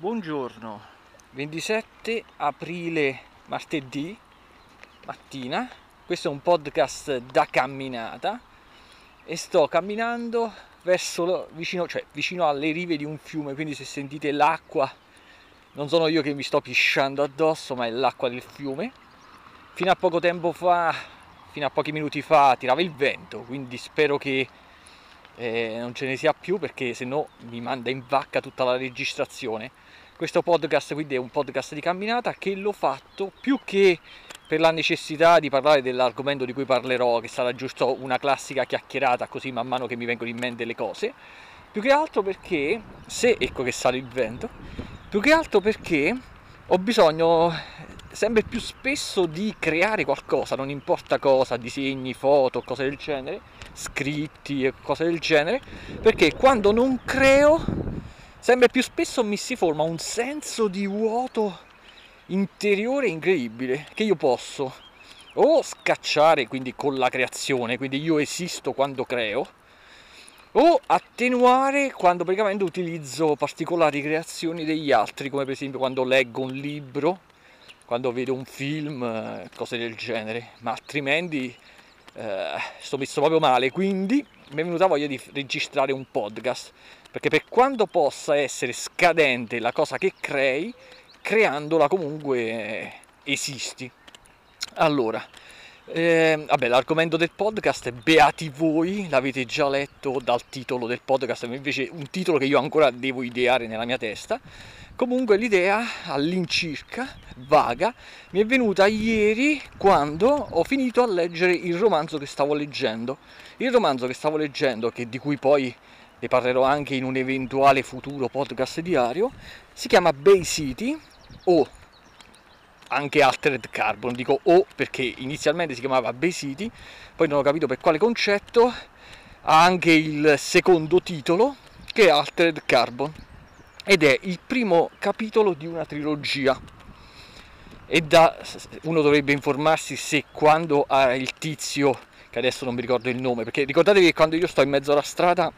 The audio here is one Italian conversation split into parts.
Buongiorno, 27 aprile, martedì mattina. Questo è un podcast da camminata e sto camminando vicino alle rive di un fiume, quindi se sentite l'acqua non sono io che mi sto pisciando addosso, ma è l'acqua del fiume. Fino a pochi minuti fa tirava il vento, quindi spero che non ce ne sia più, perché se no mi manda in vacca tutta la registrazione. Questo podcast quindi è un podcast di camminata che l'ho fatto più che per la necessità di parlare dell'argomento di cui parlerò, che sarà giusto una classica chiacchierata così man mano che mi vengono in mente le cose, più che altro perché, ecco che sale il vento, più che altro perché ho bisogno sempre più spesso di creare qualcosa, non importa cosa, disegni, foto, cose del genere, scritti e cose del genere, perché quando non creo sempre più spesso mi si forma un senso di vuoto interiore incredibile, che io posso o scacciare quindi con la creazione, quindi io esisto quando creo, o attenuare quando praticamente utilizzo particolari creazioni degli altri, come per esempio quando leggo un libro, quando vedo un film, cose del genere, ma altrimenti sto messo proprio male. Quindi mi è venuta voglia di registrare un podcast, perché per quanto possa essere scadente la cosa che crei, creandola comunque esisti. Allora, l'argomento del podcast è beati voi, l'avete già letto dal titolo del podcast, invece un titolo che io ancora devo ideare nella mia testa. Comunque l'idea all'incirca vaga mi è venuta ieri quando ho finito a leggere il romanzo che stavo leggendo. Il romanzo che stavo leggendo, di cui poi ne parlerò anche in un eventuale futuro podcast diario, si chiama Bay City, o anche Altered Carbon. Dico o perché inizialmente si chiamava Bay City, poi non ho capito per quale concetto ha anche il secondo titolo, che è Altered Carbon, ed è il primo capitolo di una trilogia. E uno dovrebbe informarsi se quando ha il tizio, che adesso non mi ricordo il nome, perché ricordatevi che quando io sto in mezzo alla strada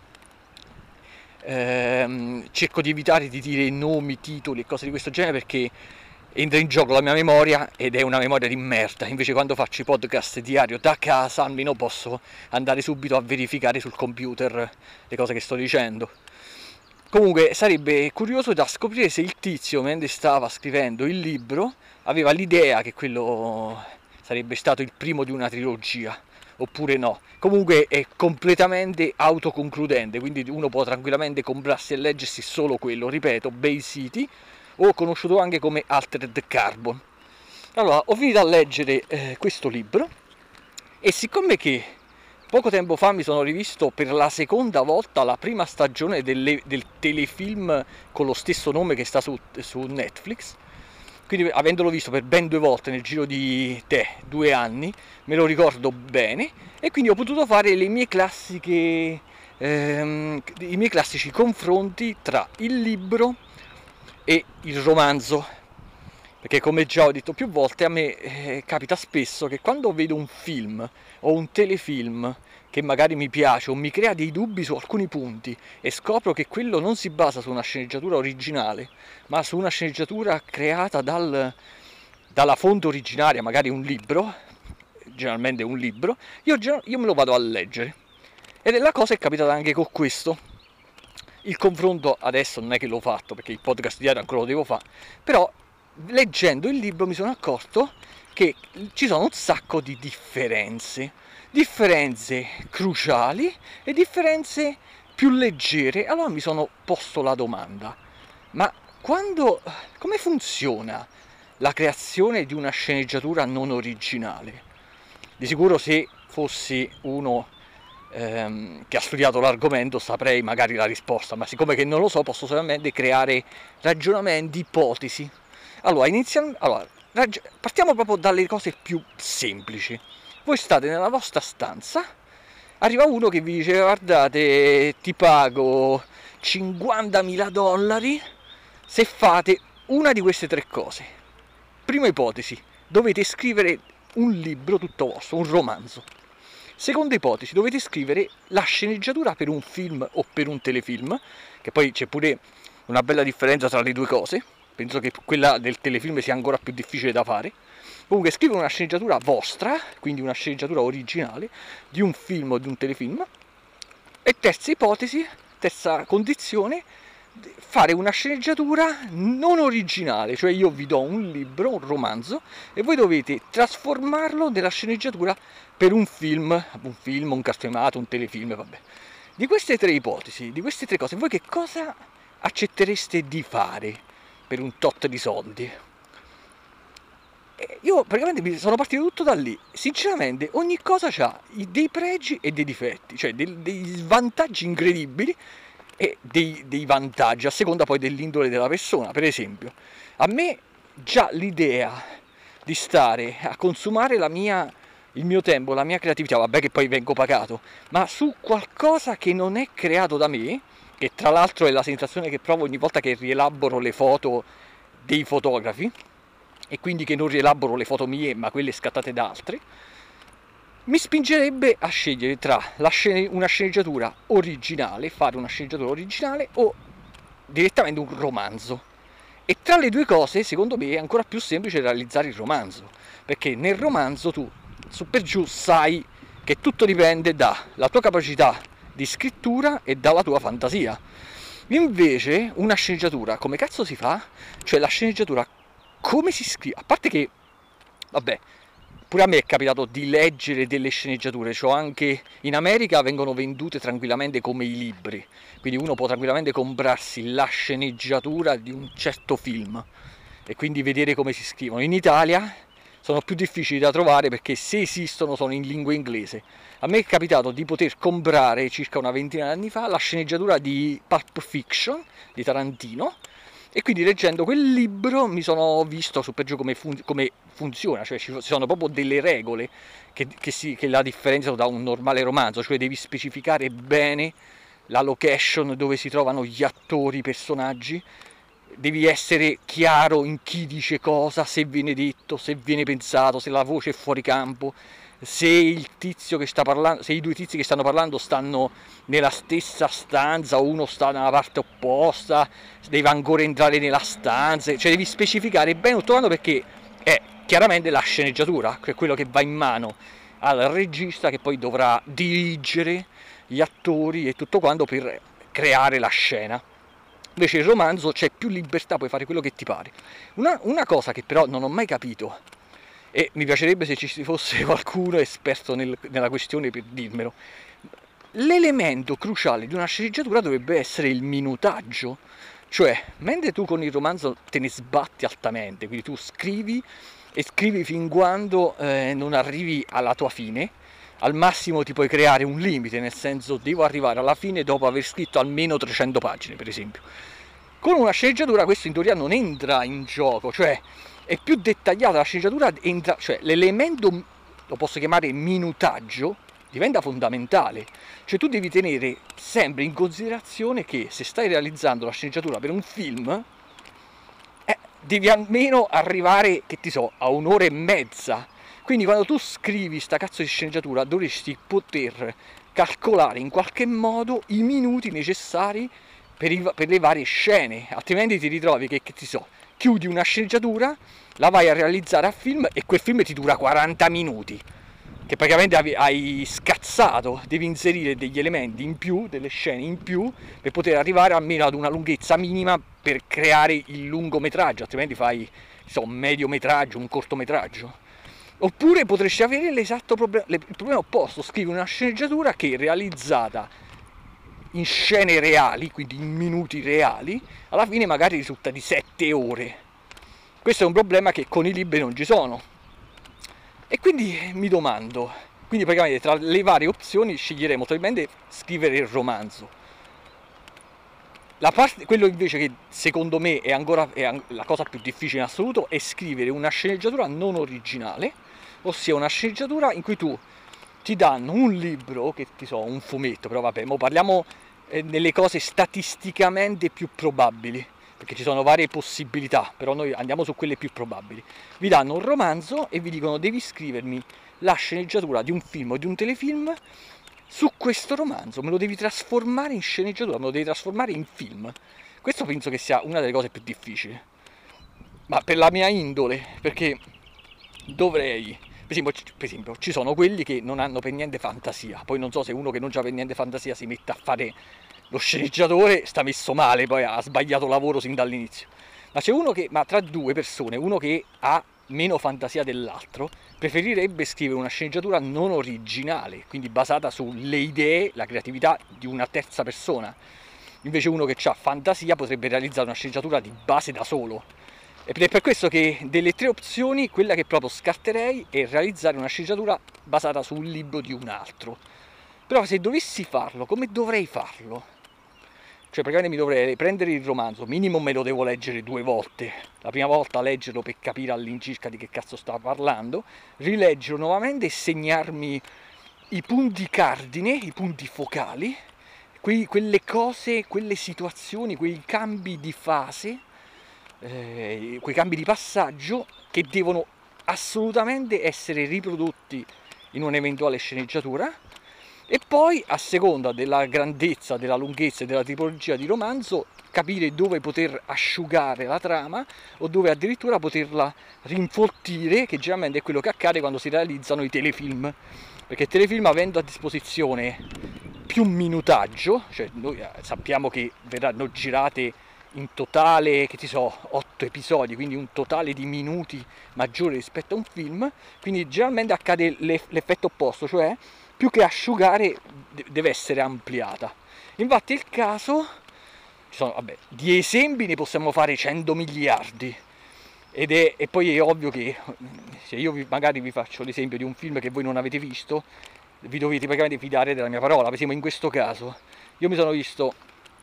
cerco di evitare di dire nomi, titoli e cose di questo genere, perché entra in gioco la mia memoria ed è una memoria di merda. Invece quando faccio i podcast diario da casa almeno posso andare subito a verificare sul computer le cose che sto dicendo. Comunque sarebbe curioso da scoprire se il tizio, mentre stava scrivendo il libro, aveva l'idea che quello sarebbe stato il primo di una trilogia oppure no. Comunque è completamente autoconcludente, quindi uno può tranquillamente comprarsi e leggersi solo quello, ripeto, Bay City, o conosciuto anche come Altered Carbon. Allora, ho finito a leggere questo libro, e siccome che poco tempo fa mi sono rivisto per la seconda volta la prima stagione del telefilm con lo stesso nome che sta su Netflix, quindi avendolo visto per ben 2 volte nel giro di 2 anni, me lo ricordo bene, e quindi ho potuto fare i miei classici confronti tra il libro e il romanzo, perché come già ho detto più volte a me capita spesso che quando vedo un film o un telefilm che magari mi piace o mi crea dei dubbi su alcuni punti e scopro che quello non si basa su una sceneggiatura originale, ma su una sceneggiatura creata dalla fonte originaria, magari un libro, generalmente un libro, io me lo vado a leggere. E la cosa è capitata anche con questo. Il confronto adesso non è che l'ho fatto, perché il podcast diario ancora lo devo fare, però leggendo il libro mi sono accorto che ci sono un sacco di differenze cruciali e differenze più leggere. Allora mi sono posto la domanda: ma come funziona la creazione di una sceneggiatura non originale? Di sicuro se fossi uno che ha studiato l'argomento saprei magari la risposta, ma siccome che non lo so posso solamente creare ragionamenti, ipotesi. Allora, partiamo proprio dalle cose più semplici. Voi state nella vostra stanza, arriva uno che vi dice: guardate, ti pago $50.000 se fate una di queste 3 cose. Prima ipotesi: dovete scrivere un libro tutto vostro, un romanzo. Seconda ipotesi: dovete scrivere la sceneggiatura per un film o per un telefilm, che poi c'è pure, una bella differenza tra le due cose. Penso che quella del telefilm sia ancora più difficile da fare. Comunque scrivere una sceneggiatura vostra, quindi una sceneggiatura originale di un film o di un telefilm. E terza ipotesi, terza condizione, fare una sceneggiatura non originale, cioè io vi do un libro, un romanzo, e voi dovete trasformarlo nella sceneggiatura per un film, un cartone animato, un telefilm, vabbè. Di queste tre ipotesi, di queste tre cose, voi che cosa accettereste di fare per un tot di soldi? Io praticamente mi sono partito tutto da lì. Sinceramente ogni cosa ha dei pregi e dei difetti, cioè dei svantaggi incredibili e dei vantaggi a seconda poi dell'indole della persona. Per esempio, a me già l'idea di stare a consumare il mio tempo, la mia creatività, vabbè che poi vengo pagato, ma su qualcosa che non è creato da me, che tra l'altro è la sensazione che provo ogni volta che rielaboro le foto dei fotografi, e quindi che non rielaboro le foto mie ma quelle scattate da altri, mi spingerebbe a scegliere tra una sceneggiatura originale, fare una sceneggiatura originale o direttamente un romanzo. E tra le due cose, secondo me, è ancora più semplice realizzare il romanzo, perché nel romanzo tu, su per giù, sai che tutto dipende dalla tua capacità di scrittura e dalla tua fantasia. Invece, una sceneggiatura, come cazzo si fa? Cioè la sceneggiatura, come si scrive? A parte che, vabbè, pure a me è capitato di leggere delle sceneggiature, cioè anche in America vengono vendute tranquillamente come i libri, quindi uno può tranquillamente comprarsi la sceneggiatura di un certo film e quindi vedere come si scrivono. In Italia sono più difficili da trovare perché se esistono sono in lingua inglese. A me è capitato di poter comprare circa una ventina di anni fa la sceneggiatura di Pulp Fiction di Tarantino, e quindi leggendo quel libro mi sono visto su per giù come funziona, cioè ci sono proprio delle regole che la differenziano da un normale romanzo, cioè devi specificare bene la location dove si trovano gli attori, i personaggi, devi essere chiaro in chi dice cosa, se viene detto, se viene pensato, se la voce è fuori campo, se il tizio che sta parlando, se i due tizi che stanno parlando stanno nella stessa stanza o uno sta nella parte opposta, deve ancora entrare nella stanza, cioè devi specificare bene tutto quanto, perché è chiaramente la sceneggiatura, che è quello che va in mano al regista che poi dovrà dirigere gli attori e tutto quanto per creare la scena. Invece il romanzo c'è più libertà, puoi fare quello che ti pare. Una cosa che però non ho mai capito, e mi piacerebbe se ci fosse qualcuno esperto nella questione per dirmelo, l'elemento cruciale di una sceneggiatura dovrebbe essere il minutaggio. Cioè, mentre tu con il romanzo te ne sbatti altamente, quindi tu scrivi e scrivi fin quando non arrivi alla tua fine, al massimo ti puoi creare un limite, nel senso devo arrivare alla fine dopo aver scritto almeno 300 pagine, per esempio. Con una sceneggiatura questo in teoria non entra in gioco, cioè è più dettagliata la sceneggiatura, entra, cioè l'elemento, lo posso chiamare minutaggio, diventa fondamentale. Cioè tu devi tenere sempre in considerazione che se stai realizzando la sceneggiatura per un film, devi almeno arrivare, che ti so, a un'ora e mezza. Quindi quando tu scrivi sta cazzo di sceneggiatura dovresti poter calcolare in qualche modo i minuti necessari per le varie scene, altrimenti ti ritrovi che ti so, chiudi una sceneggiatura, la vai a realizzare a film e quel film ti dura 40 minuti, che praticamente hai scazzato, devi inserire degli elementi in più, delle scene in più, per poter arrivare almeno ad una lunghezza minima per creare il lungometraggio, altrimenti fai un mediometraggio, un cortometraggio. Oppure potresti avere il problema opposto, scrivi una sceneggiatura che realizzata in scene reali, quindi in minuti reali, alla fine magari risulta di 7 ore. Questo è un problema che con i libri non ci sono. E quindi mi domando, quindi praticamente tra le varie opzioni sceglieremo totalmente scrivere il romanzo. Quello invece che secondo me è la cosa più difficile in assoluto è scrivere una sceneggiatura non originale, ossia una sceneggiatura in cui ti danno un libro, che ti so, un fumetto, però vabbè, parliamo delle cose statisticamente più probabili, perché ci sono varie possibilità, però noi andiamo su quelle più probabili. Vi danno un romanzo e vi dicono devi scrivermi la sceneggiatura di un film o di un telefilm su questo romanzo, me lo devi trasformare in sceneggiatura, me lo devi trasformare in film. Questo penso che sia una delle cose più difficili, ma per la mia indole, perché dovrei, per esempio, ci sono quelli che non hanno per niente fantasia, poi non so se uno che non ha per niente fantasia si mette a fare lo sceneggiatore, sta messo male, poi ha sbagliato lavoro sin dall'inizio, ma c'è uno che, ma tra due persone, uno che ha meno fantasia dell'altro, preferirebbe scrivere una sceneggiatura non originale, quindi basata sulle idee, la creatività di una terza persona. Invece uno che ha fantasia potrebbe realizzare una sceneggiatura di base da solo. Ed è per questo che delle tre opzioni, quella che proprio scarterei è realizzare una sceneggiatura basata sul libro di un altro. Però se dovessi farlo, come dovrei farlo? Cioè praticamente mi dovrei prendere il romanzo, minimo me lo devo leggere 2 volte. La prima volta leggerlo per capire all'incirca di che cazzo sta parlando, rileggerlo nuovamente e segnarmi i punti cardine, i punti focali, quelle cose, quelle situazioni, quei cambi di fase, quei cambi di passaggio che devono assolutamente essere riprodotti in un'eventuale sceneggiatura. E poi, a seconda della grandezza, della lunghezza e della tipologia di romanzo, capire dove poter asciugare la trama o dove addirittura poterla rinfortire, che generalmente è quello che accade quando si realizzano i telefilm. Perché il telefilm, avendo a disposizione più minutaggio, cioè noi sappiamo che verranno girate in totale, che ti so, 8 episodi, quindi un totale di minuti maggiore rispetto a un film, quindi generalmente accade l'effetto opposto, cioè più che asciugare deve essere ampliata. Infatti è il caso, di esempi ne possiamo fare 100 miliardi, e poi è ovvio che se io magari vi faccio l'esempio di un film che voi non avete visto, vi dovete praticamente fidare della mia parola. Per esempio in questo caso io mi sono visto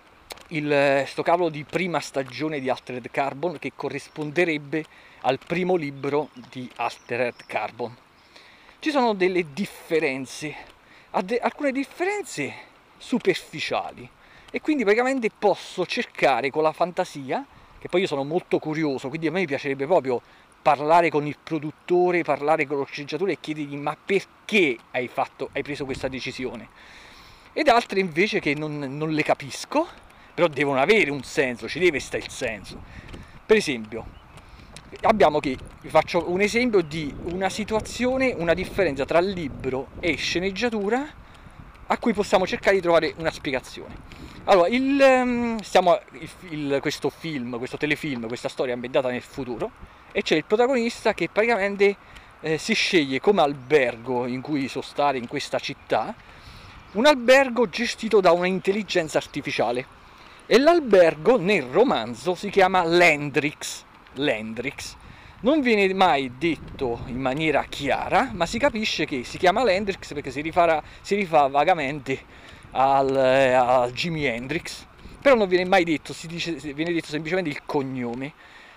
sto cavolo di prima stagione di Altered Carbon, che corrisponderebbe al primo libro di Altered Carbon. Ci sono delle differenze, alcune differenze superficiali, e quindi praticamente posso cercare con la fantasia, che poi io sono molto curioso, quindi a me piacerebbe proprio parlare con il produttore, parlare con lo sceneggiatore e chiedergli ma perché hai preso questa decisione, ed altre invece che non le capisco, però devono avere un senso, ci deve stare il senso. Per esempio vi faccio un esempio di una situazione, una differenza tra libro e sceneggiatura a cui possiamo cercare di trovare una spiegazione. Allora, questo telefilm, questa storia ambientata nel futuro, e c'è il protagonista che praticamente si sceglie come albergo in cui sostare in questa città, un albergo gestito da un'intelligenza artificiale, e l'albergo nel romanzo si chiama Landrix. Non viene mai detto in maniera chiara, ma si capisce che si chiama Landrix perché si rifà vagamente al Jimi Hendrix, però non viene mai detto, viene detto semplicemente il cognome.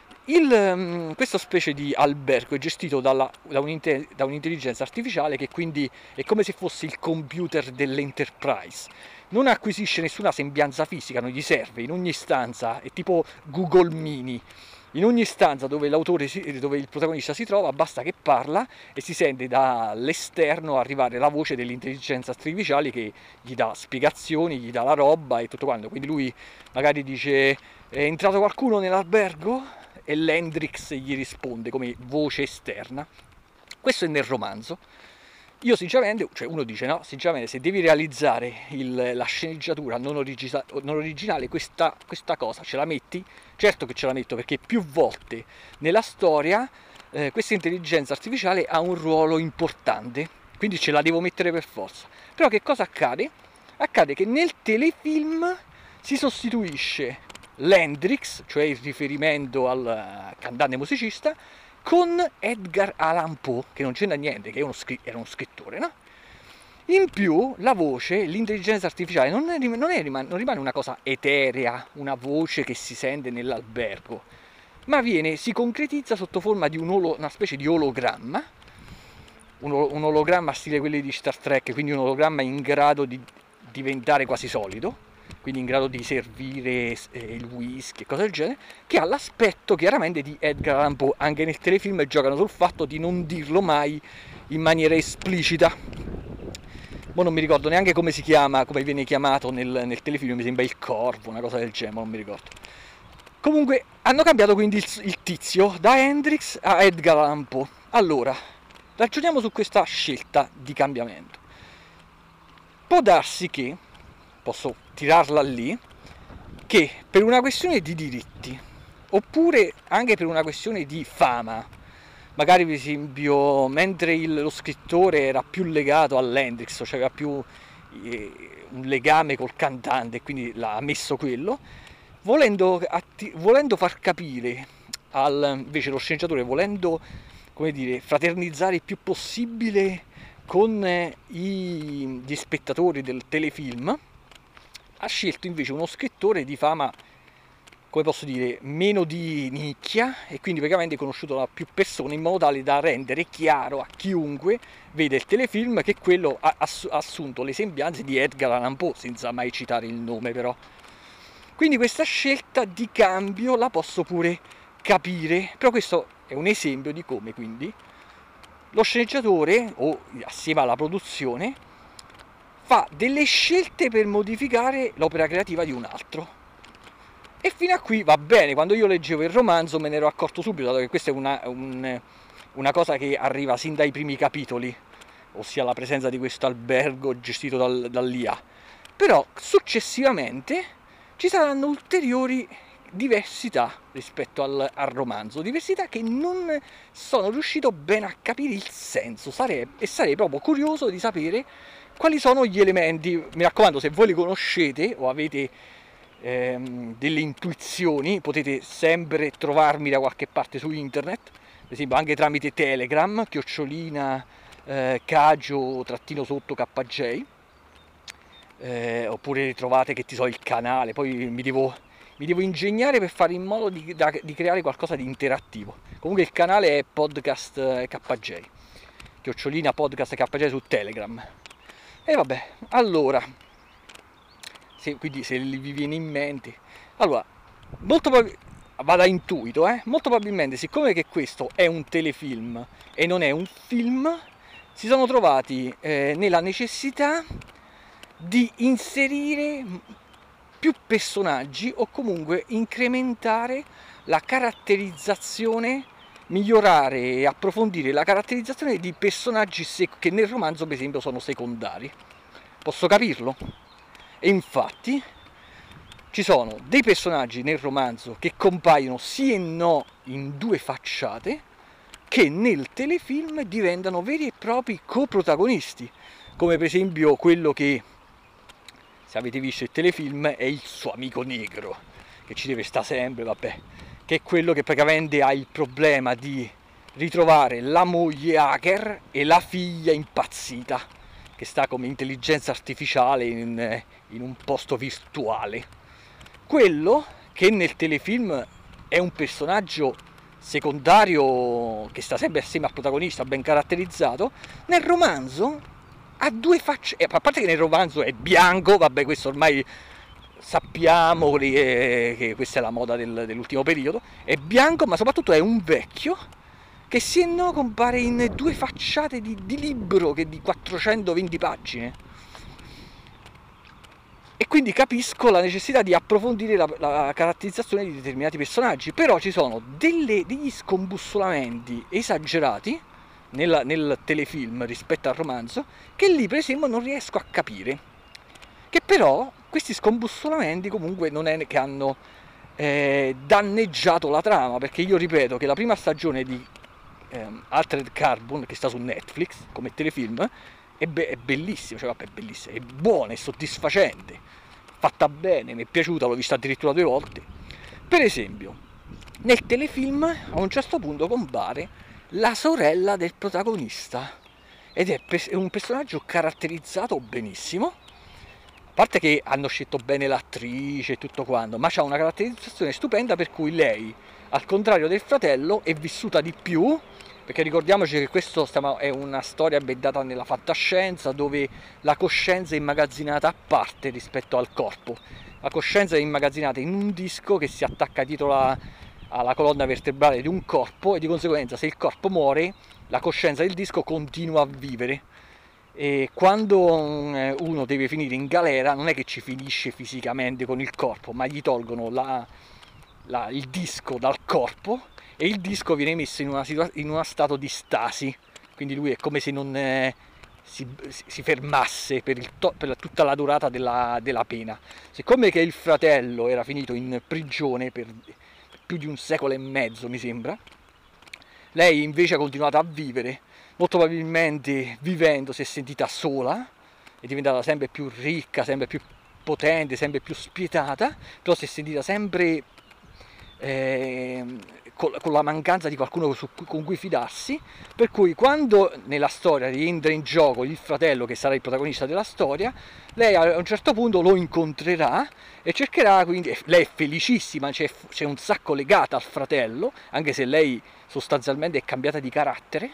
Questa specie di albergo è gestito da un'intelligenza artificiale che quindi è come se fosse il computer dell'Enterprise. Non acquisisce nessuna sembianza fisica, non gli serve, in ogni stanza è tipo Google Mini. In ogni stanza dove il protagonista si trova, basta che parla e si sente dall'esterno arrivare la voce dell'intelligenza artificiale che gli dà spiegazioni, gli dà la roba e tutto quanto. Quindi lui magari dice: è entrato qualcuno nell'albergo? E l'Hendrix gli risponde come voce esterna. Questo è nel romanzo. Io sinceramente, cioè uno dice no, sinceramente se devi realizzare la sceneggiatura non originale, questa cosa ce la metti? Certo che ce la metto, perché più volte nella storia questa intelligenza artificiale ha un ruolo importante, quindi ce la devo mettere per forza. Però che cosa accade? Accade che nel telefilm si sostituisce l'Hendrix, cioè il riferimento al cantante musicista, con Edgar Allan Poe, che non c'entra niente, che era uno scrittore, no? In più la voce, l'intelligenza artificiale non rimane una cosa eterea, una voce che si sente nell'albergo, ma si concretizza sotto forma di una specie di ologramma, un ologramma stile quelli di Star Trek, quindi un ologramma in grado di diventare quasi solido, quindi in grado di servire il whisky e cose del genere, che ha l'aspetto chiaramente di Edgar Allan Poe. Anche nel telefilm giocano sul fatto di non dirlo mai in maniera esplicita. ma non mi ricordo neanche come si chiama, come viene chiamato nel telefilm, mi sembra il corvo, una cosa del genere, non mi ricordo. Comunque hanno cambiato quindi il tizio da Hendrix a Edgar Allan Poe. Allora, ragioniamo su questa scelta di cambiamento. Può darsi che, posso tirarla lì, che per una questione di diritti, oppure anche per una questione di fama, magari per esempio mentre lo scrittore era più legato all'Hendrix, cioè aveva più un legame col cantante, quindi l'ha messo quello, volendo far capire invece lo sceneggiatore, volendo, come dire, fraternizzare il più possibile con gli spettatori del telefilm, ha scelto invece uno scrittore di fama, come posso dire, meno di nicchia, e quindi praticamente conosciuto da più persone, in modo tale da rendere chiaro a chiunque vede il telefilm che quello ha assunto le sembianze di Edgar Allan Poe, senza mai citare il nome però. Quindi questa scelta di cambio la posso pure capire, però questo è un esempio di come quindi lo sceneggiatore, o assieme alla produzione, fa delle scelte per modificare l'opera creativa di un altro. E fino a qui va bene. Quando io leggevo il romanzo me ne ero accorto subito, dato che questa è una cosa che arriva sin dai primi capitoli, ossia la presenza di questo albergo gestito dall'IA. Però successivamente ci saranno ulteriori diversità rispetto al romanzo, diversità che non sono riuscito bene a capire il senso, e sarei proprio curioso di sapere quali sono gli elementi. Mi raccomando, se voi li conoscete o avete delle intuizioni, potete sempre trovarmi da qualche parte su internet, per esempio anche tramite Telegram, @Kagio_KJ, oppure trovate, che ti so, il canale. Poi mi devo ingegnare per fare in modo di creare qualcosa di interattivo. Comunque il canale è Podcast KJ, @Podcast KJ su Telegram. E vabbè, allora, quindi se vi viene in mente, allora, vado a intuito, molto probabilmente, siccome che questo è un telefilm e non è un film, si sono trovati nella necessità di inserire più personaggi, o comunque incrementare la caratterizzazione, migliorare e approfondire la caratterizzazione di personaggi che nel romanzo per esempio sono secondari. Posso capirlo? E infatti ci sono dei personaggi nel romanzo che compaiono sì e no in due facciate, che nel telefilm diventano veri e propri coprotagonisti, come per esempio quello che, se avete visto il telefilm, è il suo amico negro, che ci deve stare sempre, vabbè, che è quello che praticamente ha il problema di ritrovare la moglie hacker e la figlia impazzita, che sta come intelligenza artificiale in un posto virtuale. Quello che nel telefilm è un personaggio secondario che sta sempre assieme al protagonista, ben caratterizzato, nel romanzo ha due facce, a parte che nel romanzo è bianco, vabbè, questo ormai sappiamo che questa è la moda dell'ultimo periodo, è bianco, ma soprattutto è un vecchio che sì e no compare in due facciate di libro che di 420 pagine. E quindi capisco la necessità di approfondire la caratterizzazione di determinati personaggi, però ci sono degli scombussolamenti esagerati nel telefilm rispetto al romanzo, che lì per esempio non riesco a capire. Che però questi scombussolamenti comunque non è che hanno danneggiato la trama, perché io ripeto che la prima stagione di Altered Carbon, che sta su Netflix come telefilm, è bellissima, cioè vabbè, è bellissima, è buona, è soddisfacente, fatta bene, mi è piaciuta, l'ho vista addirittura 2 volte. Per esempio, nel telefilm a un certo punto compare la sorella del protagonista ed è un personaggio caratterizzato benissimo, a parte che hanno scelto bene l'attrice e tutto quanto, ma c'ha una caratterizzazione stupenda, per cui lei, al contrario del fratello, è vissuta di più, perché ricordiamoci che questa è una storia ambientata nella fantascienza, dove la coscienza è immagazzinata a parte rispetto al corpo. La coscienza è immagazzinata in un disco che si attacca dietro alla colonna vertebrale di un corpo, e di conseguenza se il corpo muore la coscienza del disco continua a vivere. e quando uno deve finire in galera non è che ci finisce fisicamente con il corpo, ma gli tolgono il disco dal corpo e il disco viene messo in uno stato di stasi, quindi lui è come se non si fermasse per tutta la durata della pena. Siccome che il fratello era finito in prigione per più di 1 secolo e mezzo, mi sembra, lei invece ha continuato a vivere. Molto probabilmente vivendo si è sentita sola, è diventata sempre più ricca, sempre più potente, sempre più spietata, però si è sentita sempre con la mancanza di qualcuno con cui fidarsi, per cui quando nella storia rientra in gioco il fratello, che sarà il protagonista della storia, lei a un certo punto lo incontrerà e cercherà, quindi lei è felicissima, c'è un sacco legata al fratello, anche se lei sostanzialmente è cambiata di carattere,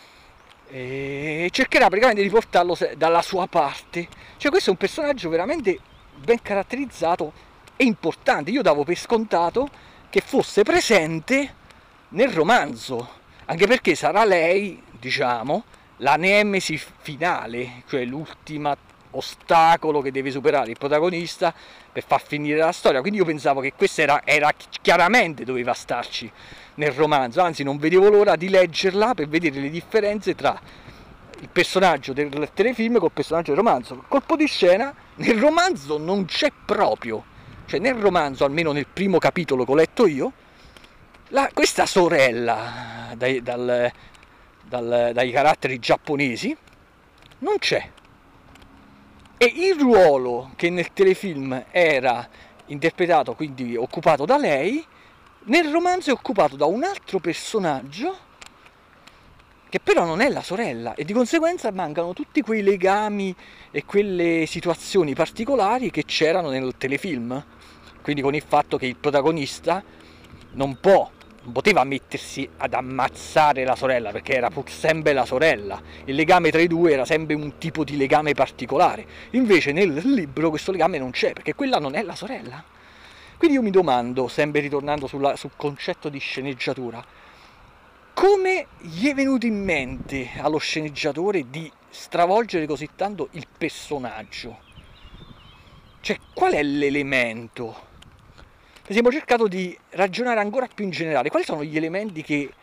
e cercherà praticamente di portarlo dalla sua parte. Cioè questo è un personaggio veramente ben caratterizzato e importante. Io davo per scontato che fosse presente nel romanzo, anche perché sarà lei, diciamo, la nemesi finale, cioè l'ultimo ostacolo che deve superare il protagonista per far finire la storia. Quindi io pensavo che questa era chiaramente doveva starci nel romanzo, anzi non vedevo l'ora di leggerla per vedere le differenze tra il personaggio del telefilm col personaggio del romanzo. Colpo di scena, nel romanzo non c'è proprio, cioè nel romanzo, almeno nel primo capitolo che ho letto io, questa sorella dai caratteri giapponesi non c'è, e il ruolo che nel telefilm era interpretato, quindi occupato da lei, nel romanzo è occupato da un altro personaggio che però non è la sorella, e di conseguenza mancano tutti quei legami e quelle situazioni particolari che c'erano nel telefilm. Quindi con il fatto che il protagonista non poteva mettersi ad ammazzare la sorella, perché era pur sempre la sorella, il legame tra i due era sempre un tipo di legame particolare. Invece nel libro questo legame non c'è, perché quella non è la sorella. Quindi io mi domando, sempre ritornando sul concetto di sceneggiatura, come gli è venuto in mente allo sceneggiatore di stravolgere così tanto il personaggio? Cioè, qual è l'elemento? Abbiamo cercato di ragionare ancora più in generale. Quali sono gli elementi che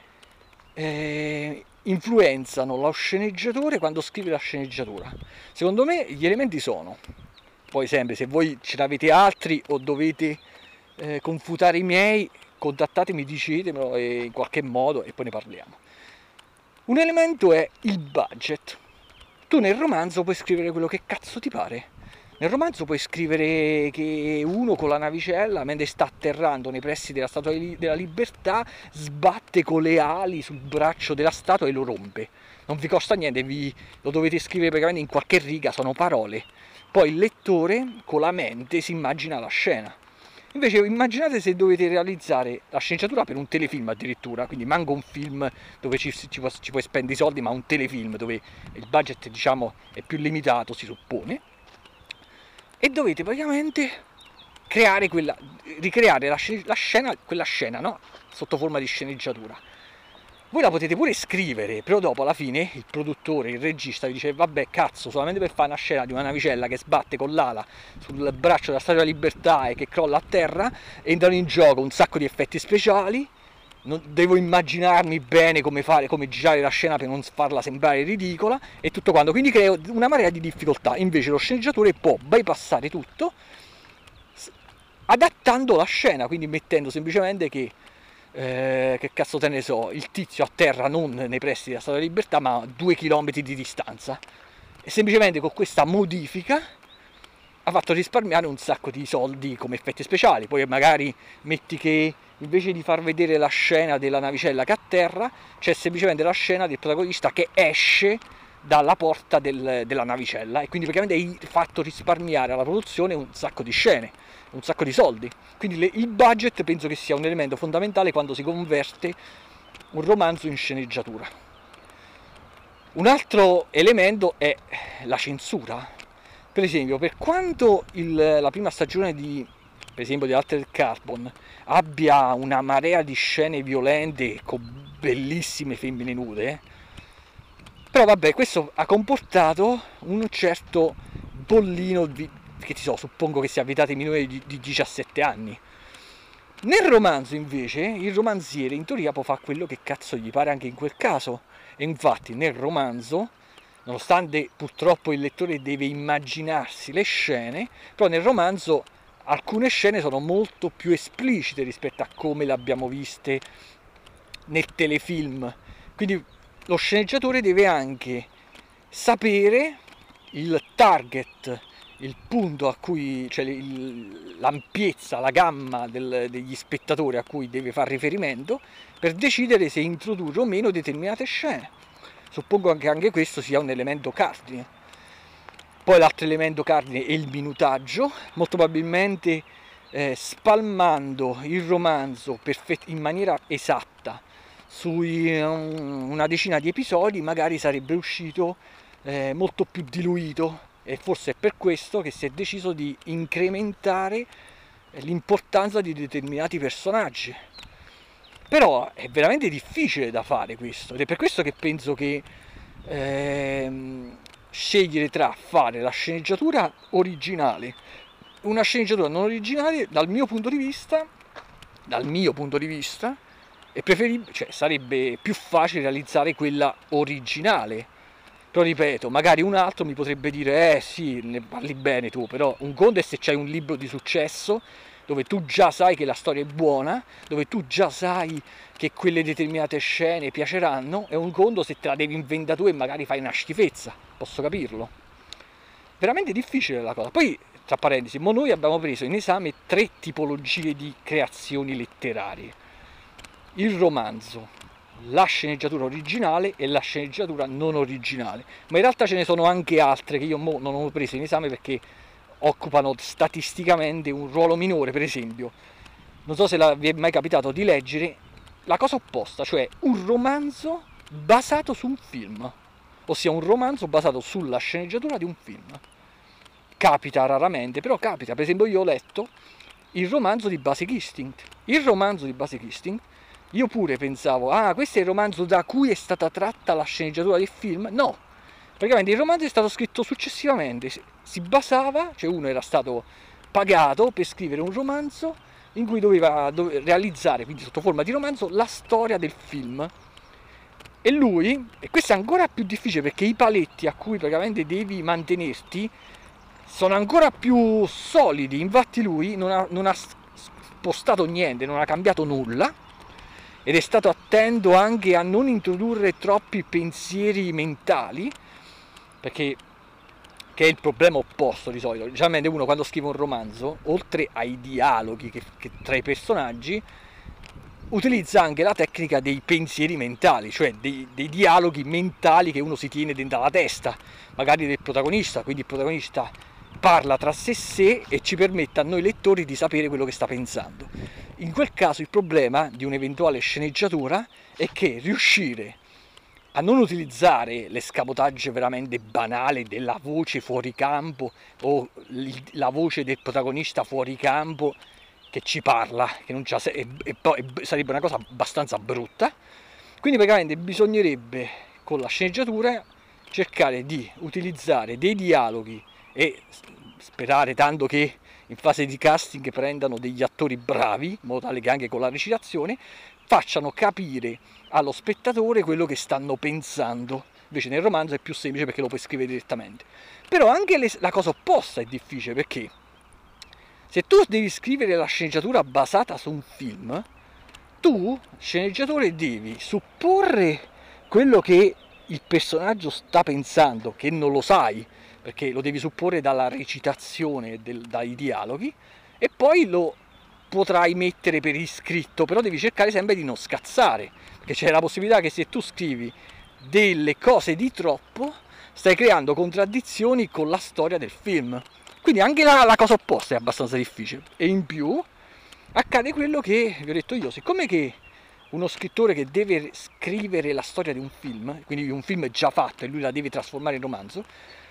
influenzano lo sceneggiatore quando scrive la sceneggiatura? Secondo me gli elementi sono, poi sempre, se voi ce ne avete altri o dovete confutare i miei, contattatemi, dicetemelo in qualche modo e poi ne parliamo. Un elemento è il budget. Tu nel romanzo puoi scrivere quello che cazzo ti pare. Nel romanzo puoi scrivere che uno con la navicella, mentre sta atterrando nei pressi della Statua della Libertà, sbatte con le ali sul braccio della statua e lo rompe. Non vi costa niente, lo dovete scrivere praticamente in qualche riga, sono parole. Poi il lettore con la mente si immagina la scena. Invece immaginate se dovete realizzare la sceneggiatura per un telefilm addirittura, quindi manco un film dove ci puoi spendere i soldi, ma un telefilm dove il budget, diciamo, è più limitato, si suppone, e dovete praticamente ricreare la scena, quella scena, no? Sotto forma di sceneggiatura. Voi la potete pure scrivere, però dopo alla fine il produttore, il regista vi dice vabbè cazzo, solamente per fare una scena di una navicella che sbatte con l'ala sul braccio della Statua della Libertà e che crolla a terra, entrano in gioco un sacco di effetti speciali, devo immaginarmi bene come girare la scena per non farla sembrare ridicola e tutto quanto, quindi creo una marea di difficoltà. Invece lo sceneggiatore può bypassare tutto adattando la scena, quindi mettendo semplicemente che cazzo te ne so, il tizio a terra non nei pressi della Statua della Libertà ma a 2 chilometri di distanza, e semplicemente con questa modifica ha fatto risparmiare un sacco di soldi come effetti speciali. Poi magari metti che invece di far vedere la scena della navicella che atterra, c'è semplicemente la scena del protagonista che esce dalla porta della navicella, e quindi praticamente hai fatto risparmiare alla produzione un sacco di scene, un sacco di soldi. Quindi il budget penso che sia un elemento fondamentale quando si converte un romanzo in sceneggiatura. Un altro elemento è la censura. Per esempio, per quanto la prima stagione per esempio di Altered Carbon abbia una marea di scene violente con bellissime femmine nude, Però vabbè, questo ha comportato un certo bollino che suppongo che sia vietato ai minori di 17 anni. Nel romanzo invece il romanziere in teoria può fare quello che cazzo gli pare anche in quel caso, e infatti nel romanzo, nonostante purtroppo il lettore deve immaginarsi le scene, però nel romanzo alcune scene sono molto più esplicite rispetto a come le abbiamo viste nel telefilm, quindi lo sceneggiatore deve anche sapere il target, il punto a cui, cioè l'ampiezza, la gamma degli spettatori a cui deve fare riferimento per decidere se introdurre o meno determinate scene. Suppongo che anche questo sia un elemento cardine. Poi l'altro elemento cardine è il minutaggio, molto probabilmente spalmando il romanzo in maniera esatta su una decina di episodi magari sarebbe uscito molto più diluito, e forse è per questo che si è deciso di incrementare l'importanza di determinati personaggi. Però è veramente difficile da fare questo, ed è per questo che penso che scegliere tra fare la sceneggiatura originale, una sceneggiatura non originale, dal mio punto di vista è preferibile, cioè sarebbe più facile realizzare quella originale. Però ripeto, magari un altro mi potrebbe dire sì, ne parli bene tu, però un conto è se c'hai un libro di successo dove tu già sai che la storia è buona, dove tu già sai che quelle determinate scene piaceranno, e un conto se te la devi inventare tu e magari fai una schifezza, posso capirlo. Veramente difficile la cosa. Poi, tra parentesi, noi abbiamo preso in esame 3 tipologie di creazioni letterarie: il romanzo, la sceneggiatura originale e la sceneggiatura non originale, ma in realtà ce ne sono anche altre che io non ho preso in esame perché occupano statisticamente un ruolo minore. Per esempio, non so se vi è mai capitato di leggere la cosa opposta, cioè un romanzo basato su un film, ossia un romanzo basato sulla sceneggiatura di un film. Capita raramente, però capita. Per esempio, io ho letto il romanzo di Basic Instinct. Il romanzo di Basic Instinct, io pure pensavo, questo è il romanzo da cui è stata tratta la sceneggiatura del film. No, praticamente il romanzo è stato scritto successivamente, si basava, cioè uno era stato pagato per scrivere un romanzo in cui doveva realizzare, quindi sotto forma di romanzo, la storia del film. E lui, e questo è ancora più difficile perché i paletti a cui praticamente devi mantenerti sono ancora più solidi, infatti lui non ha spostato niente, non ha cambiato nulla, ed è stato attento anche a non introdurre troppi pensieri mentali, perché che è il problema opposto di solito. Generalmente uno quando scrive un romanzo, oltre ai dialoghi che tra i personaggi, utilizza anche la tecnica dei pensieri mentali, cioè dei dialoghi mentali che uno si tiene dentro la testa, magari del protagonista, quindi il protagonista parla tra sé e ci permette a noi lettori di sapere quello che sta pensando. In quel caso il problema di un'eventuale sceneggiatura è che riuscire a non utilizzare l'escamotage veramente banale della voce fuori campo o la voce del protagonista fuori campo che ci parla, che non c'ha, e sarebbe una cosa abbastanza brutta. Quindi praticamente bisognerebbe con la sceneggiatura cercare di utilizzare dei dialoghi e sperare tanto che in fase di casting prendano degli attori bravi, in modo tale che anche con la recitazione facciano capire allo spettatore quello che stanno pensando. Invece nel romanzo è più semplice perché lo puoi scrivere direttamente. Però anche la cosa opposta è difficile, perché se tu devi scrivere la sceneggiatura basata su un film, tu, sceneggiatore, devi supporre quello che il personaggio sta pensando, che non lo sai, perché lo devi supporre dalla recitazione, dai dialoghi, e poi lo potrai mettere per iscritto, però devi cercare sempre di non scazzare, perché c'è la possibilità che se tu scrivi delle cose di troppo stai creando contraddizioni con la storia del film. Quindi anche la cosa opposta è abbastanza difficile. E in più accade quello che vi ho detto io, siccome che uno scrittore che deve scrivere la storia di un film, quindi un film già fatto e lui la deve trasformare in romanzo,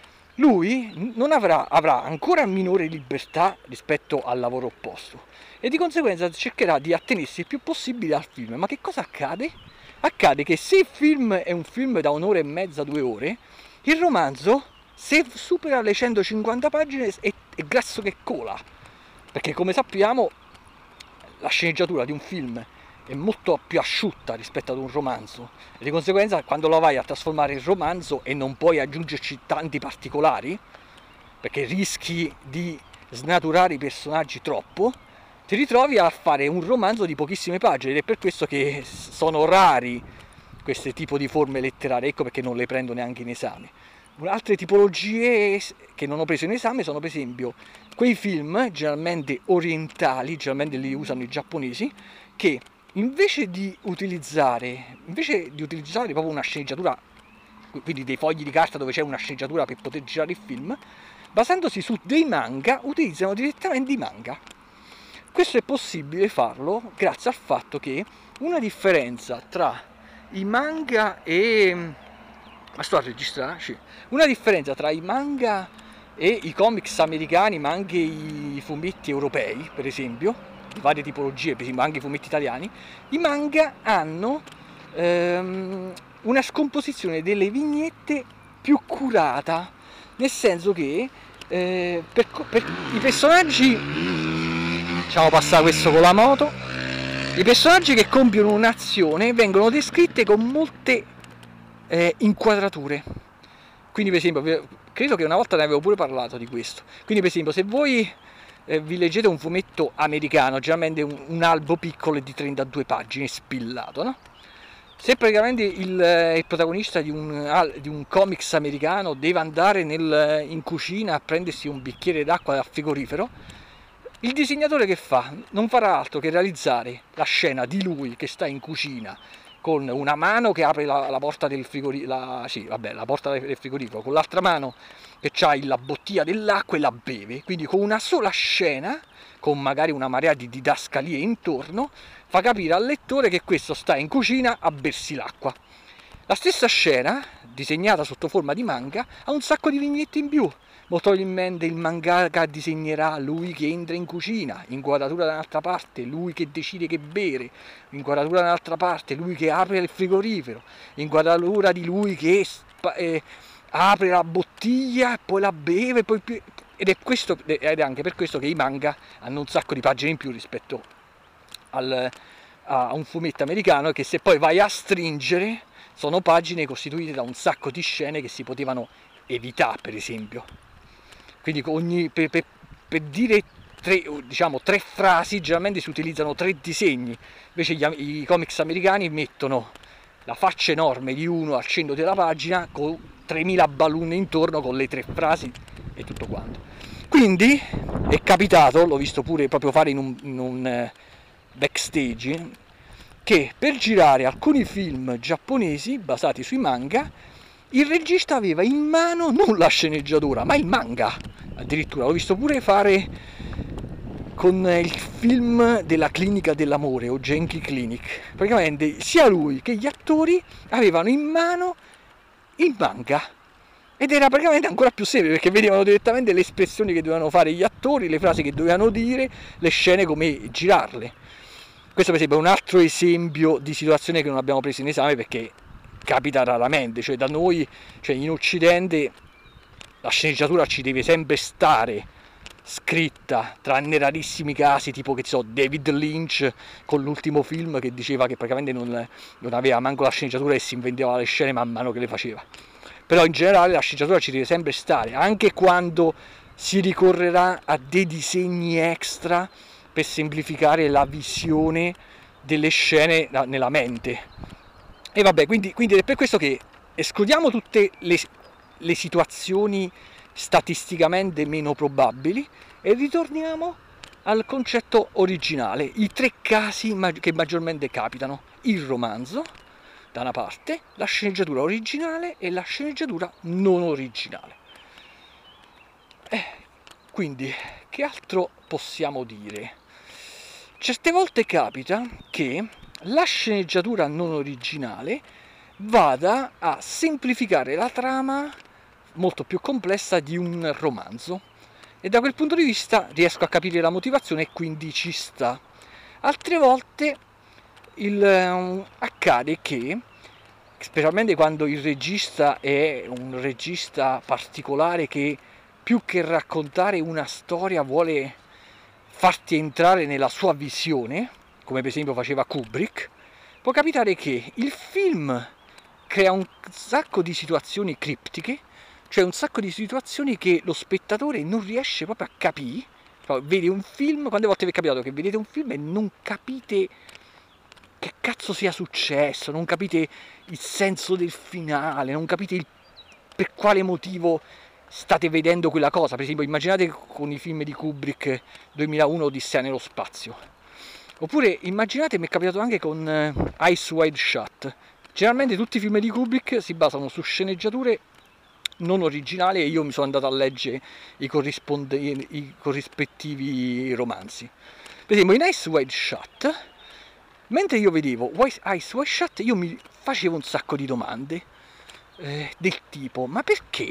lui non avrà ancora minore libertà rispetto al lavoro opposto, e di conseguenza cercherà di attenersi il più possibile al film. Ma che cosa accade? accade che se il film è un film da un'ora e mezza, 2 ore, il romanzo, se supera le 150 pagine, è grasso che cola, perché come sappiamo la sceneggiatura di un film è molto più asciutta rispetto ad un romanzo, e di conseguenza quando lo vai a trasformare in romanzo e non puoi aggiungerci tanti particolari, perché rischi di snaturare i personaggi troppo, ti ritrovi a fare un romanzo di pochissime pagine, ed è per questo che sono rari questo tipo di forme letterarie, ecco perché non le prendo neanche in esame. Altre tipologie che non ho preso in esame sono per esempio quei film generalmente orientali, generalmente li usano i giapponesi, che invece di utilizzare proprio una sceneggiatura, quindi dei fogli di carta dove c'è una sceneggiatura per poter girare il film, basandosi su dei manga, utilizzano direttamente i manga. Questo è possibile farlo grazie al fatto che una differenza tra i manga e... Ma sto a registrare? Sì. Una differenza tra i manga e i comics americani, ma anche i fumetti europei, per esempio, di varie tipologie, per esempio anche i fumetti italiani, i manga hanno una scomposizione delle vignette più curata, nel senso che per i personaggi, facciamo passare questo con la moto, i personaggi che compiono un'azione vengono descritte con molte inquadrature. Quindi per esempio, credo che una volta ne avevo pure parlato di questo, quindi per esempio se voi vi leggete un fumetto americano, generalmente un albo piccolo di 32 pagine spillato, no? Se praticamente il protagonista di un comics americano deve andare in cucina a prendersi un bicchiere d'acqua dal frigorifero, il disegnatore che fa? Non farà altro che realizzare la scena di lui che sta in cucina con una mano che apre la porta del frigorifero, la porta del frigorifero, con l'altra mano che ha la bottiglia dell'acqua e la beve, quindi con una sola scena, con magari una marea di didascalie intorno, fa capire al lettore che questo sta in cucina a bersi l'acqua. La stessa scena, disegnata sotto forma di manga, ha un sacco di vignette in più. Probabilmente il mangaka disegnerà lui che entra in cucina, inquadratura da un'altra parte, lui che decide che bere, inquadratura da un'altra parte, lui che apre il frigorifero, inquadratura di lui che apre la bottiglia e poi la beve, ed è anche per questo che i manga hanno un sacco di pagine in più rispetto a un fumetto americano, che se poi vai a stringere sono pagine costituite da un sacco di scene che si potevano evitare, per esempio. Quindi per dire tre frasi generalmente si utilizzano 3 disegni, invece i comics americani mettono la faccia enorme di uno al centro della pagina con 3000 balloon intorno con le 3 frasi e tutto quanto. Quindi è capitato, l'ho visto pure proprio fare in un backstage, che per girare alcuni film giapponesi basati sui manga il regista aveva in mano non la sceneggiatura ma il manga. Addirittura l'ho visto pure fare con il film della clinica dell'amore o Genki Clinic. Praticamente sia lui che gli attori avevano in mano il manga, ed era praticamente ancora più semplice perché vedevano direttamente le espressioni che dovevano fare gli attori, le frasi che dovevano dire, le scene come girarle. Questo per esempio è un altro esempio di situazione che non abbiamo preso in esame perché capita raramente, cioè da noi, cioè in Occidente la sceneggiatura ci deve sempre stare scritta, tranne rarissimi casi tipo che so David Lynch con l'ultimo film che diceva che praticamente non aveva manco la sceneggiatura e si inventava le scene man mano che le faceva. Però in generale la sceneggiatura ci deve sempre stare, anche quando si ricorrerà a dei disegni extra per semplificare la visione delle scene nella mente. E vabbè, quindi è per questo che escludiamo tutte le situazioni statisticamente meno probabili e ritorniamo al concetto originale, i 3 casi che maggiormente capitano: il romanzo da una parte, la sceneggiatura originale e la sceneggiatura non originale. Quindi che altro possiamo dire? Certe volte capita che la sceneggiatura non originale vada a semplificare la trama molto più complessa di un romanzo, e da quel punto di vista riesco a capire la motivazione e quindi ci sta. Altre volte accade che, specialmente quando il regista è un regista particolare che più che raccontare una storia vuole farti entrare nella sua visione, come per esempio faceva Kubrick, può capitare che il film crea un sacco di situazioni criptiche, cioè un sacco di situazioni che lo spettatore non riesce proprio a capire. Cioè, vedi un film, quante volte vi è capitato che vedete un film e non capite che cazzo sia successo, non capite il senso del finale, non capite per quale motivo state vedendo quella cosa. Per esempio, immaginate con i film di Kubrick 2001 Odissea nello spazio, oppure immaginate, mi è capitato anche con Eyes Wide Shut. Generalmente tutti i film di Kubrick si basano su sceneggiature non originali e io mi sono andato a leggere i corrispettivi romanzi. Per esempio in Eyes Wide Shut, mentre io vedevo Eyes Wide Shut, io mi facevo un sacco di domande del tipo: ma perché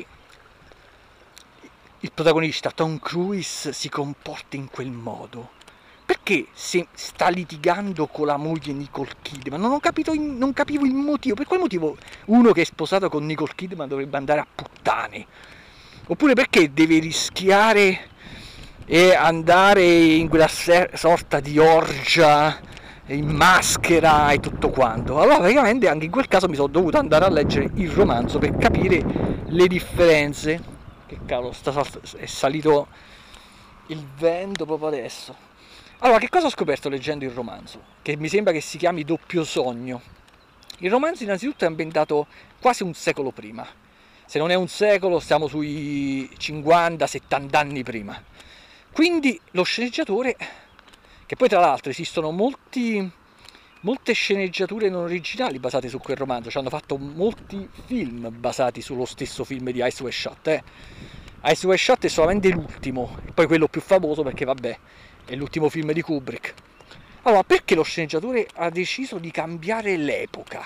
il protagonista Tom Cruise si comporta in quel modo? Perché se sta litigando con la moglie Nicole Kidman? Non capivo il motivo. Per quale motivo uno che è sposato con Nicole Kidman dovrebbe andare a puttane? Oppure perché deve rischiare e andare in quella sorta di orgia in maschera e tutto quanto? Allora praticamente anche in quel caso mi sono dovuto andare a leggere il romanzo per capire le differenze. Che cavolo, è salito il vento proprio adesso. Allora, che cosa ho scoperto leggendo il romanzo? Che mi sembra che si chiami Doppio Sogno. Il romanzo innanzitutto è ambientato quasi un secolo prima. Se non è un secolo, stiamo sui 50-70 anni prima. Quindi lo sceneggiatore, che poi tra l'altro esistono molte sceneggiature non originali basate su quel romanzo, ci hanno fatto molti film basati sullo stesso film di Eyes Wide Shut. Eyes Wide Shut è solamente l'ultimo, e poi quello più famoso perché vabbè, è l'ultimo film di Kubrick. Allora, perché lo sceneggiatore ha deciso di cambiare l'epoca?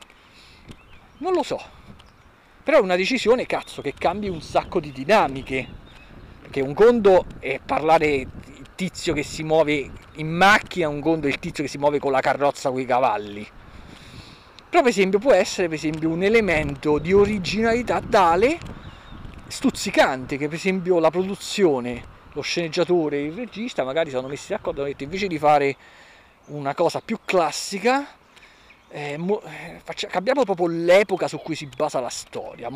Non lo so. Però è una decisione, cazzo, che cambia un sacco di dinamiche. Perché un conto è parlare il tizio che si muove in macchina, un conto è il tizio che si muove con la carrozza con i cavalli. Però per esempio può essere un elemento di originalità tale, stuzzicante, che per esempio la produzione, lo sceneggiatore e il regista magari sono messi d'accordo e hanno detto: invece di fare una cosa più classica, cambiamo proprio l'epoca su cui si basa la storia,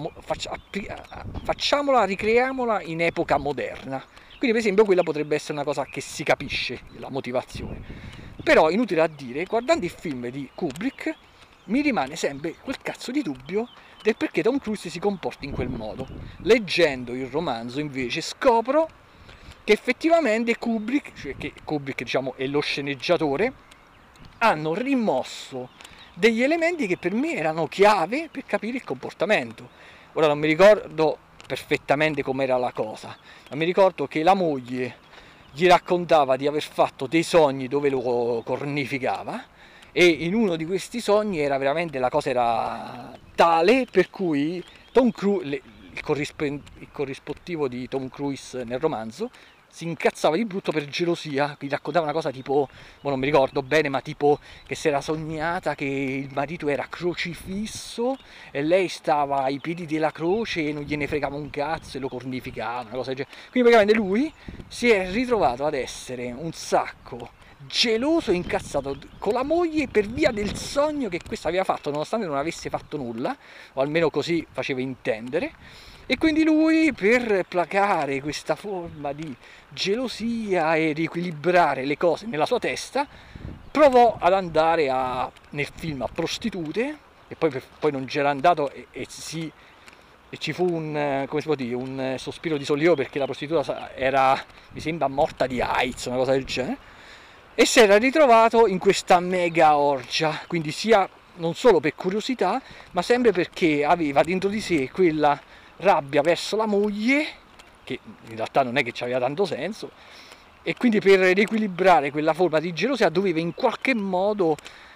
facciamola, ricreiamola in epoca moderna. Quindi per esempio quella potrebbe essere una cosa che si capisce, la motivazione. Però inutile a dire, guardando il film di Kubrick mi rimane sempre quel cazzo di dubbio del perché Tom Cruise si comporta in quel modo. Leggendo il romanzo invece scopro che effettivamente Kubrick diciamo è lo sceneggiatore, hanno rimosso degli elementi che per me erano chiave per capire il comportamento. Ora non mi ricordo perfettamente com'era la cosa, ma mi ricordo che la moglie gli raccontava di aver fatto dei sogni dove lo cornificava, e in uno di questi sogni era veramente, la cosa era tale per cui Tom Cruise, il corrispettivo di Tom Cruise nel romanzo, si incazzava di brutto per gelosia. Gli raccontava una cosa tipo, non mi ricordo bene, ma tipo che si era sognata che il marito era crocifisso e lei stava ai piedi della croce e non gliene fregava un cazzo e lo cornificava, una cosa del genere. Quindi praticamente lui si è ritrovato ad essere un sacco geloso e incazzato con la moglie per via del sogno che questa aveva fatto, nonostante non avesse fatto nulla, o almeno così faceva intendere. E quindi lui, per placare questa forma di gelosia e riequilibrare le cose nella sua testa, provò ad andare nel film a prostitute, e poi non c'era andato e ci fu un sospiro di sollievo, perché la prostituta era, mi sembra, morta di AIDS, una cosa del genere, e si era ritrovato in questa mega orgia, quindi sia non solo per curiosità, ma sempre perché aveva dentro di sé quella rabbia verso la moglie, che in realtà non è che ci aveva tanto senso, e quindi per riequilibrare quella forma di gelosia doveva in qualche modo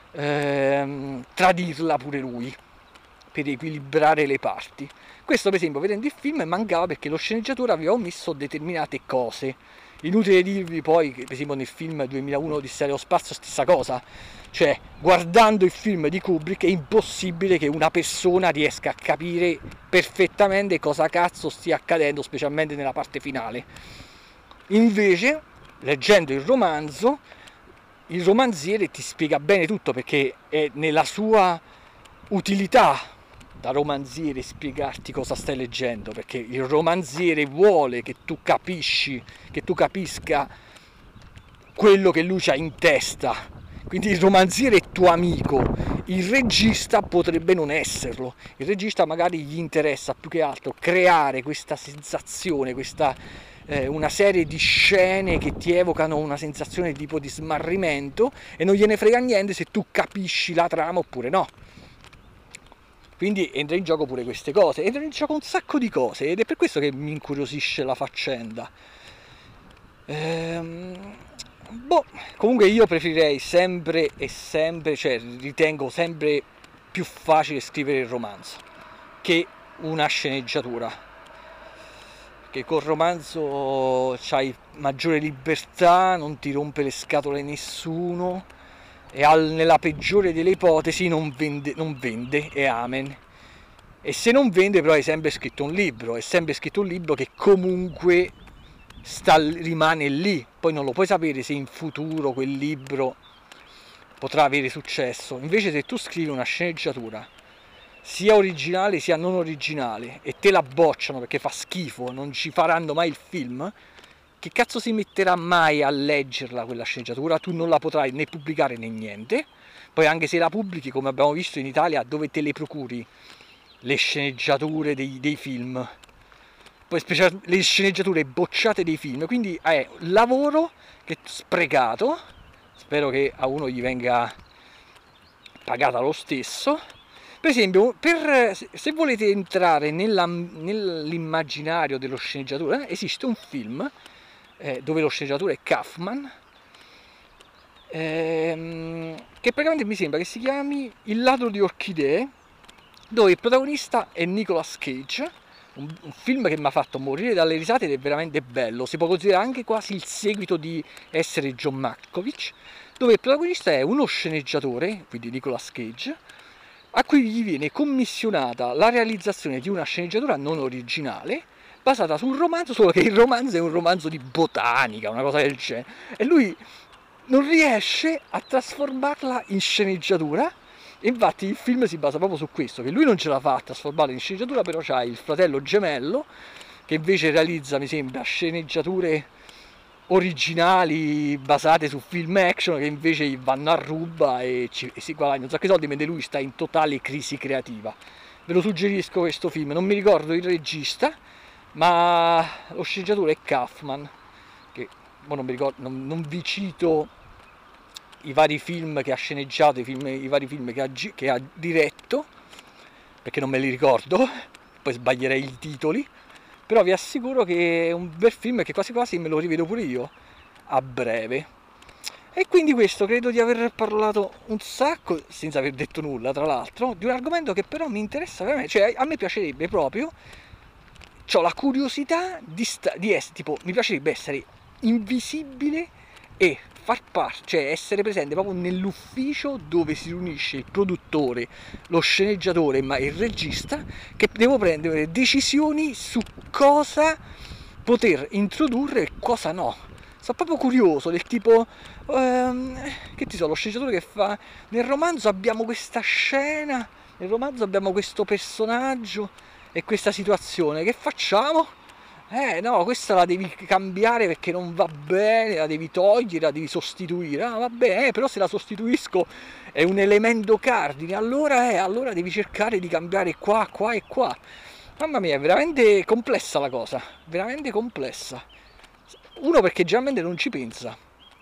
tradirla pure lui, per equilibrare le parti. Questo per esempio vedendo il film mancava, perché lo sceneggiatore aveva omesso determinate cose. Inutile dirvi poi che per esempio nel film 2001 Odissea dello spazio stessa cosa, cioè guardando il film di Kubrick è impossibile che una persona riesca a capire perfettamente cosa cazzo stia accadendo, specialmente nella parte finale. Invece, leggendo il romanziere ti spiega bene tutto, perché è nella sua utilità da romanziere spiegarti cosa stai leggendo, perché il romanziere vuole che tu capisci, che tu capisca quello che lui c'ha in testa. Quindi il romanziere è tuo amico, il regista potrebbe non esserlo. Il regista magari gli interessa più che altro creare questa sensazione, una serie di scene che ti evocano una sensazione tipo di smarrimento, e non gliene frega niente se tu capisci la trama oppure no. Quindi entra in gioco pure queste cose, entra in gioco un sacco di cose, ed è per questo che mi incuriosisce la faccenda. Comunque io preferirei sempre e sempre, cioè ritengo sempre più facile scrivere il romanzo che una sceneggiatura, perché col romanzo c'hai maggiore libertà, non ti rompe le scatole nessuno, e nella peggiore delle ipotesi non vende e amen. E se non vende però hai sempre scritto un libro, che comunque rimane lì, poi non lo puoi sapere se in futuro quel libro potrà avere successo. Invece se tu scrivi una sceneggiatura, sia originale sia non originale, e te la bocciano perché fa schifo, non ci faranno mai il film, che cazzo si metterà mai a leggerla quella sceneggiatura? Tu non la potrai né pubblicare né niente. Poi anche se la pubblichi, come abbiamo visto in Italia, dove te le procuri le sceneggiature dei film? Poi le sceneggiature bocciate dei film, quindi è lavoro che sprecato. Spero che a uno gli venga pagata lo stesso. Per esempio, se volete entrare nell'immaginario dello sceneggiatore, esiste un film dove lo sceneggiatore è Kaufman, che praticamente mi sembra che si chiami Il ladro di orchidee, dove il protagonista è Nicolas Cage, un film che mi ha fatto morire dalle risate ed è veramente bello. Si può considerare anche quasi il seguito di Essere John Malkovich, dove il protagonista è uno sceneggiatore, quindi Nicolas Cage, a cui gli viene commissionata la realizzazione di una sceneggiatura non originale basata su un romanzo, solo che il romanzo è un romanzo di botanica, una cosa del genere, e lui non riesce a trasformarla in sceneggiatura. Infatti il film si basa proprio su questo, che lui non ce la fa a trasformarla in sceneggiatura, però c'ha il fratello gemello che invece realizza, mi sembra, sceneggiature originali basate su film action, che invece vanno a ruba e si guadagna un sacco di soldi, mentre lui sta in totale crisi creativa. Ve lo suggerisco questo film, non mi ricordo il regista, ma lo sceneggiatore è Kaufman, che non mi ricordo, non vi cito i vari film che ha sceneggiato, i vari film che ha diretto, perché non me li ricordo, poi sbaglierei i titoli, però vi assicuro che è un bel film che quasi quasi me lo rivedo pure io a breve. E quindi questo, credo di aver parlato un sacco, senza aver detto nulla tra l'altro, di un argomento che però mi interessa veramente, cioè a me piacerebbe proprio, ho la curiosità di essere, tipo, mi piacerebbe essere invisibile e far parte, cioè essere presente proprio nell'ufficio dove si riunisce il produttore, lo sceneggiatore ma il regista, che devo prendere decisioni su cosa poter introdurre e cosa no. Sono proprio curioso del tipo, che ti so, lo sceneggiatore che fa, nel romanzo abbiamo questa scena, nel romanzo abbiamo questo personaggio e questa situazione, che facciamo? No, questa la devi cambiare perché non va bene, la devi togliere, la devi sostituire. Ah, va bene, però se la sostituisco è un elemento cardine, allora devi cercare di cambiare qua, qua e qua. Mamma mia, è veramente complessa la cosa, veramente complessa. Uno perché generalmente non ci pensa.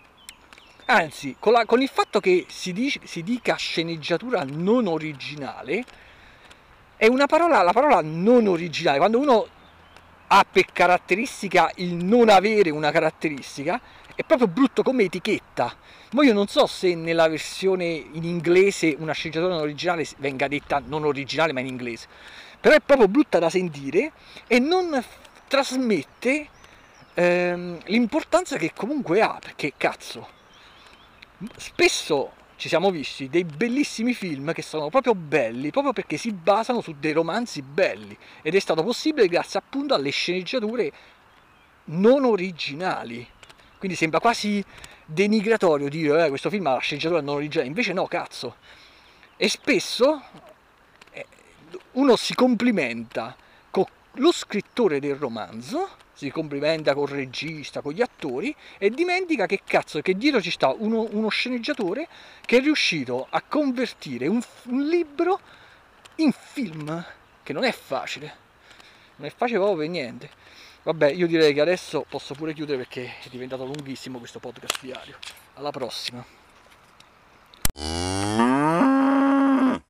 Anzi, con il fatto che si dica sceneggiatura non originale, è una parola, la parola non originale, quando uno ha per caratteristica il non avere una caratteristica, è proprio brutto come etichetta. Ma io non so se nella versione in inglese una sceneggiatura non originale venga detta non originale ma in inglese, però è proprio brutta da sentire e non trasmette l'importanza che comunque ha, perché cazzo, spesso ci siamo visti dei bellissimi film che sono proprio belli, proprio perché si basano su dei romanzi belli, ed è stato possibile grazie appunto alle sceneggiature non originali. Quindi sembra quasi denigratorio dire questo film ha la sceneggiatura non originale, invece no, cazzo. E spesso uno si complimenta con lo scrittore del romanzo, si complimenta col regista, con gli attori, e dimentica che cazzo, che dietro ci sta uno sceneggiatore che è riuscito a convertire un libro in film, che non è facile, non è facile proprio per niente. Vabbè, io direi che adesso posso pure chiudere perché è diventato lunghissimo questo podcast diario. Alla prossima.